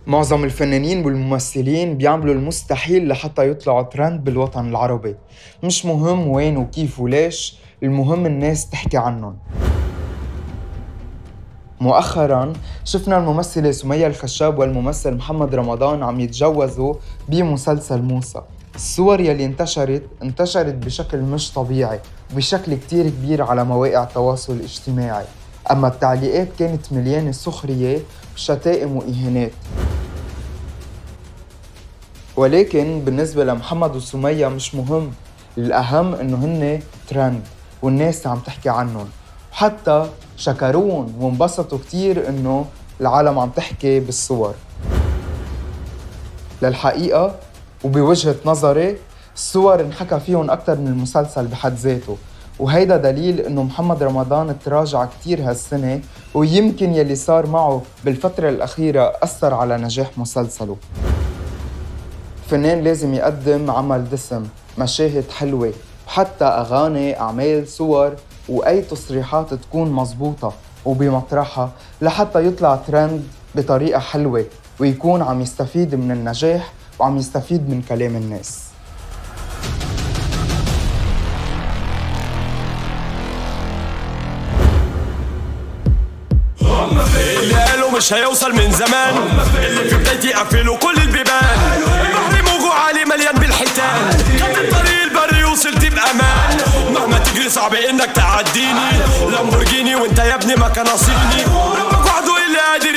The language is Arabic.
معظم الفنانين والممثلين بيعملوا المستحيل لحتى يطلعوا ترند بالوطن العربي. مش مهم وين وكيف وليش، المهم الناس تحكي عنهم. مؤخراً شفنا الممثلة سمية الخشاب والممثل محمد رمضان عم يتجوزوا بمسلسل موسى. الصور يلي انتشرت بشكل مش طبيعي وبشكل كتير كبير على مواقع التواصل الاجتماعي، أما التعليقات كانت مليانة سخرية وشتائم وإهانات. ولكن بالنسبة لمحمد وسمية مش مهم، الأهم إنه هن ترند والناس عم تحكي عنهم، وحتى شكرون وانبسطوا كتير إنه العالم عم تحكي بالصور. للحقيقة وبوجهة نظري الصور انحكى فيهم أكتر من المسلسل بحد ذاته، وهيدا دليل إنه محمد رمضان تراجع كتير هالسنة، ويمكن يلي صار معه بالفترة الأخيرة أثر على نجاح مسلسله. الفنان لازم يقدم عمل دسم، مشاهد حلوة، وحتى أغاني، أعمال، صور، وأي تصريحات تكون مزبوطة وبمطرحها لحتى يطلع ترند بطريقة حلوة ويكون عم يستفيد من النجاح وعم يستفيد من كلام الناس. اللي قالوا مش هيوصل من زمان، اللي في بدايتي قفلوا كل البيبان، البحر موجه عالي مليان بالحيتان، خدت الطريق البري وصلت بأمان، مهما تجري صعب انك تعديني، لامبورجيني وانت يا ابني ما كان ناصيني، ربك وحده اللي قادر